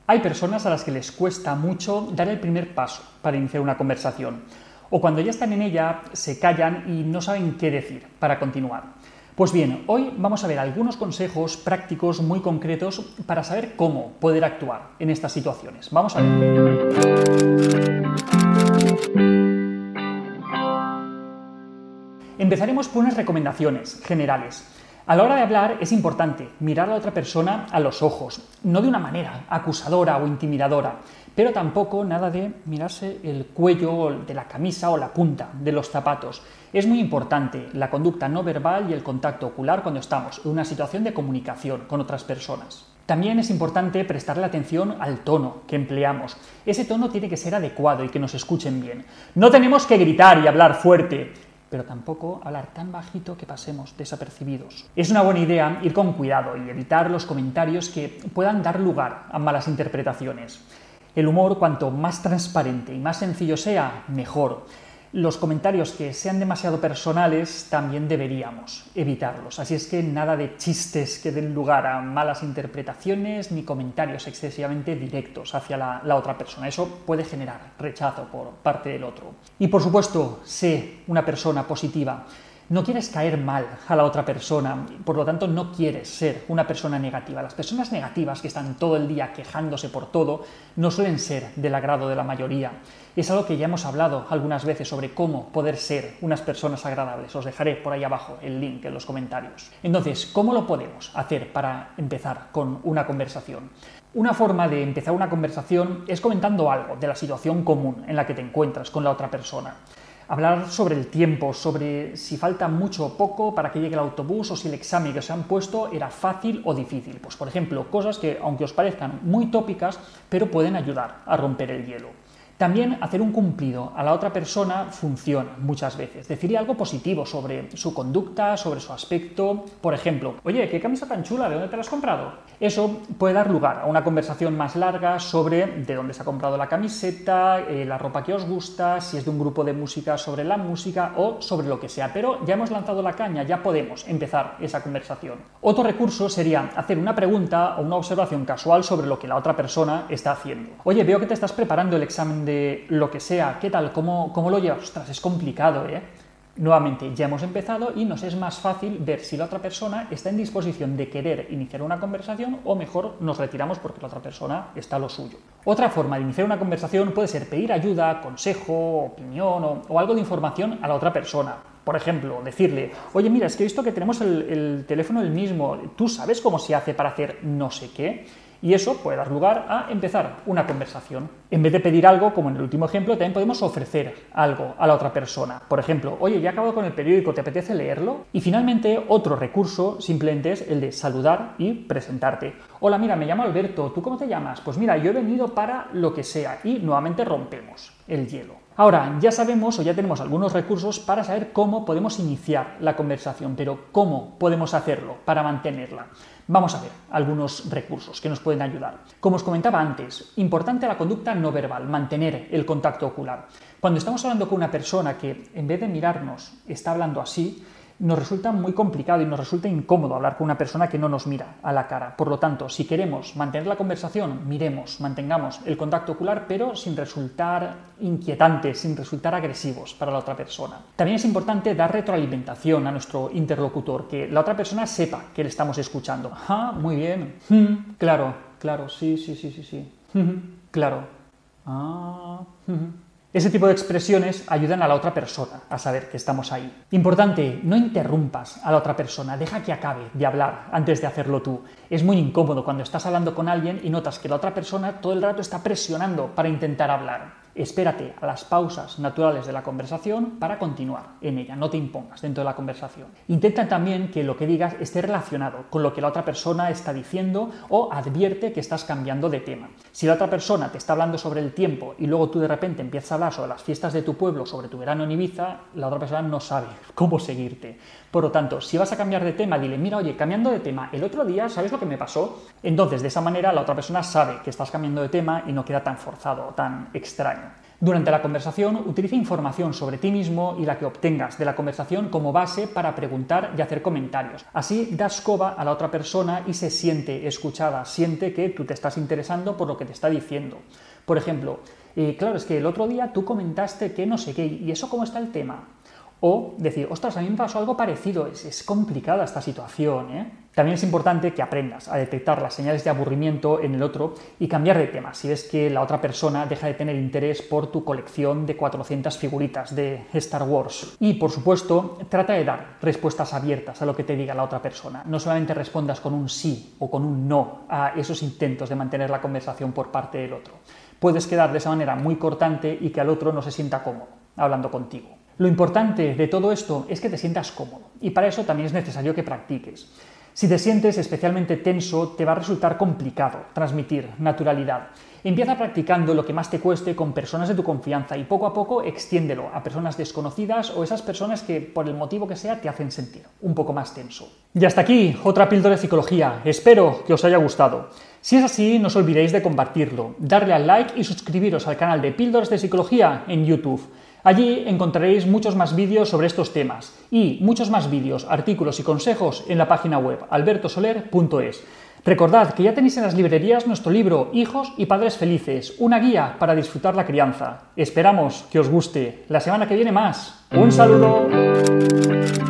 Hay personas a las que les cuesta mucho dar el primer paso para iniciar una conversación, o cuando ya están en ella se callan y no saben qué decir para continuar. Pues bien, hoy vamos a ver algunos consejos prácticos muy concretos para saber cómo poder actuar en estas situaciones. Vamos a ver. Empezaremos por unas recomendaciones generales. A la hora de hablar es importante mirar a la otra persona a los ojos, no de una manera acusadora o intimidadora, pero tampoco nada de mirarse el cuello de la camisa o la punta de los zapatos. Es muy importante la conducta no verbal y el contacto ocular cuando estamos en una situación de comunicación con otras personas. También es importante prestarle atención al tono que empleamos. Ese tono tiene que ser adecuado y que nos escuchen bien. No tenemos que gritar y hablar fuerte, pero tampoco hablar tan bajito que pasemos desapercibidos. Es una buena idea ir con cuidado y evitar los comentarios que puedan dar lugar a malas interpretaciones. El humor, cuanto más transparente y más sencillo sea, mejor. Los comentarios que sean demasiado personales también deberíamos evitarlos. Así es que nada de chistes que den lugar a malas interpretaciones ni comentarios excesivamente directos hacia la otra persona. Eso puede generar rechazo por parte del otro. Y por supuesto, sé una persona positiva. No quieres caer mal a la otra persona, por lo tanto no quieres ser una persona negativa. Las personas negativas que están todo el día quejándose por todo no suelen ser del agrado de la mayoría. Es algo que ya hemos hablado algunas veces sobre cómo poder ser unas personas agradables. Os dejaré por ahí abajo el link en los comentarios. Entonces, ¿cómo lo podemos hacer para empezar con una conversación? Una forma de empezar una conversación es comentando algo de la situación común en la que te encuentras con la otra persona. Hablar sobre el tiempo, sobre si falta mucho o poco para que llegue el autobús o si el examen que os han puesto era fácil o difícil. Pues por ejemplo, cosas que aunque os parezcan muy tópicas, pero pueden ayudar a romper el hielo. También hacer un cumplido a la otra persona funciona muchas veces. Decirle algo positivo sobre su conducta, sobre su aspecto. Por ejemplo, oye, ¿qué camisa tan chula? ¿De dónde te la has comprado? Eso puede dar lugar a una conversación más larga sobre de dónde se ha comprado la camiseta, la ropa que os gusta, si es de un grupo de música sobre la música o sobre lo que sea. Pero ya hemos lanzado la caña, ya podemos empezar esa conversación. Otro recurso sería hacer una pregunta o una observación casual sobre lo que la otra persona está haciendo. Oye, veo que te estás preparando el examen de lo que sea, ¿qué tal? ¿Cómo lo llevas? Ostras, es complicado, ¿eh? Nuevamente, ya hemos empezado y nos es más fácil ver si la otra persona está en disposición de querer iniciar una conversación o mejor nos retiramos porque la otra persona está a lo suyo. Otra forma de iniciar una conversación puede ser pedir ayuda, consejo, opinión o algo de información a la otra persona. Por ejemplo, decirle, oye, mira, es que he visto que tenemos el teléfono el mismo, ¿tú sabes cómo se hace para hacer no sé qué? Y eso puede dar lugar a empezar una conversación. En vez de pedir algo, como en el último ejemplo, también podemos ofrecer algo a la otra persona. Por ejemplo, oye, ya he acabado con el periódico, ¿te apetece leerlo? Y finalmente, otro recurso simplemente es el de saludar y presentarte. Hola, mira, me llamo Alberto, ¿tú cómo te llamas? Pues mira, yo he venido para lo que sea y nuevamente rompemos el hielo. Ahora, ya sabemos o ya tenemos algunos recursos para saber cómo podemos iniciar la conversación, pero ¿cómo podemos hacerlo para mantenerla? Vamos a ver algunos recursos que nos pueden ayudar. Como os comentaba antes, importante la conducta no verbal, mantener el contacto ocular. Cuando estamos hablando con una persona que en vez de mirarnos está hablando así, nos resulta muy complicado y nos resulta incómodo hablar con una persona que no nos mira a la cara. Por lo tanto, si queremos mantener la conversación, miremos, mantengamos el contacto ocular, pero sin resultar inquietantes, sin resultar agresivos para la otra persona. También es importante dar retroalimentación a nuestro interlocutor, que la otra persona sepa que le estamos escuchando. Ah, muy bien. Claro, sí. Claro. Ah. Ese tipo de expresiones ayudan a la otra persona a saber que estamos ahí. Importante, no interrumpas a la otra persona, deja que acabe de hablar antes de hacerlo tú. Es muy incómodo cuando estás hablando con alguien y notas que la otra persona todo el rato está presionando para intentar hablar. Espérate a las pausas naturales de la conversación para continuar en ella, no te impongas dentro de la conversación. Intenta también que lo que digas esté relacionado con lo que la otra persona está diciendo o advierte que estás cambiando de tema. Si la otra persona te está hablando sobre el tiempo y luego tú de repente empiezas a hablar sobre las fiestas de tu pueblo, sobre tu verano en Ibiza, la otra persona no sabe cómo seguirte. Por lo tanto, si vas a cambiar de tema, dile, mira, oye, cambiando de tema, el otro día, ¿sabes lo que me pasó? Entonces, de esa manera, la otra persona sabe que estás cambiando de tema y no queda tan forzado o tan extraño. Durante la conversación, utiliza información sobre ti mismo y la que obtengas de la conversación como base para preguntar y hacer comentarios. Así das coba a la otra persona y se siente escuchada, siente que tú te estás interesando por lo que te está diciendo. Por ejemplo, claro, es que el otro día tú comentaste que no sé qué, ¿y eso cómo está el tema? O decir, ostras, a mí me pasó algo parecido, es complicada esta situación, ¿eh? También es importante que aprendas a detectar las señales de aburrimiento en el otro y cambiar de tema si ves que la otra persona deja de tener interés por tu colección de 400 figuritas de Star Wars. Y, por supuesto, trata de dar respuestas abiertas a lo que te diga la otra persona. No solamente respondas con un sí o con un no a esos intentos de mantener la conversación por parte del otro. Puedes quedar de esa manera muy cortante y que al otro no se sienta cómodo hablando contigo. Lo importante de todo esto es que te sientas cómodo y para eso también es necesario que practiques. Si te sientes especialmente tenso, te va a resultar complicado transmitir naturalidad. Empieza practicando lo que más te cueste con personas de tu confianza y poco a poco extiéndelo a personas desconocidas o esas personas que, por el motivo que sea, te hacen sentir un poco más tenso. Y hasta aquí otra píldora de psicología. Espero que os haya gustado. Si es así, no os olvidéis de compartirlo, darle al like y suscribiros al canal de Píldoras de Psicología en YouTube. Allí encontraréis muchos más vídeos sobre estos temas y muchos más vídeos, artículos y consejos en la página web albertosoler.es. Recordad que ya tenéis en las librerías nuestro libro Hijos y Padres Felices, una guía para disfrutar la crianza. Esperamos que os guste. La semana que viene más. ¡Un saludo!